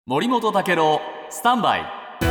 森本武郎スタンバイ。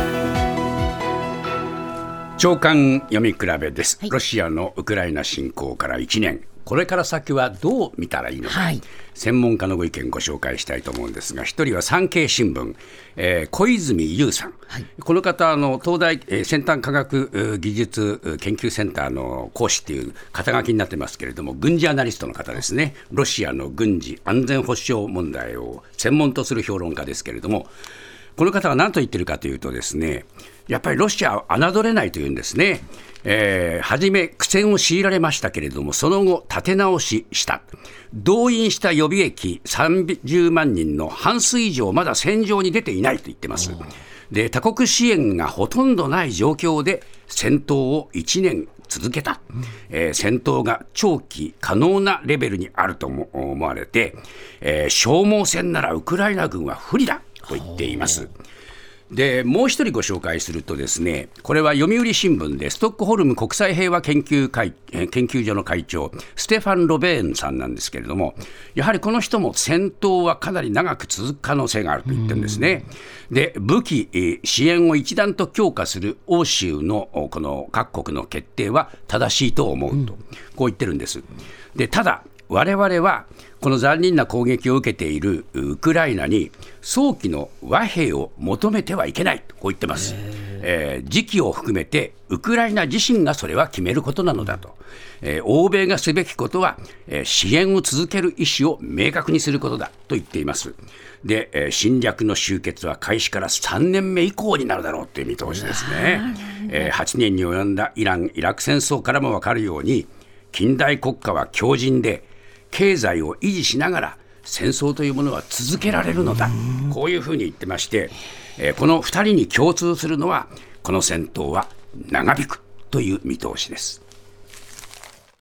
長官読み比べです、 はい、 ロシアのウクライナ侵攻から1年、これから先はどう見たらいいのか、 はい、 専門家のご意見ご紹介したいと思うんですが、一人は産経新聞、小泉悠さん、はい、この方東大、先端科学技術研究センターの講師っていう肩書きになってますけれども、軍事アナリストの方ですね。ロシアの軍事安全保障問題を専門とする評論家ですけれども、この方は何と言ってるかというとですね、やっぱりロシアは侮れないというんですね。初め苦戦を強いられましたけれども、その後立て直しした。動員した予備役30万人の半数以上まだ戦場に出ていないと言ってます。で、他国支援がほとんどない状況で戦闘を1年続けた、戦闘が長期可能なレベルにあるとも思われて、消耗戦ならウクライナ軍は不利だと言っています。で、もう一人ご紹介するとですね、これは読売新聞でストックホルム国際平和研究所の会長ステファン・ロベーンさんなんですけれども、やはりこの人も戦闘はかなり長く続く可能性があると言ってるんですね。で、武器支援を一段と強化する欧州のこの各国の決定は正しいと思うと、こう言ってるんです。で、ただ我々はこの残忍な攻撃を受けているウクライナに早期の和平を求めてはいけないとこう言ってます。時期を含めてウクライナ自身がそれは決めることなのだと、欧米がすべきことは、支援を続ける意思を明確にすることだと言っています。で、侵略の終結は開始から3年目以降になるだろうという見通しですね。8年に及んだイラン・イラク戦争からも分かるように、近代国家は強靭で経済を維持しながら戦争というものは続けられるのだ、こういうふうに言ってまして、この2人に共通するのはこの戦闘は長引くという見通しです。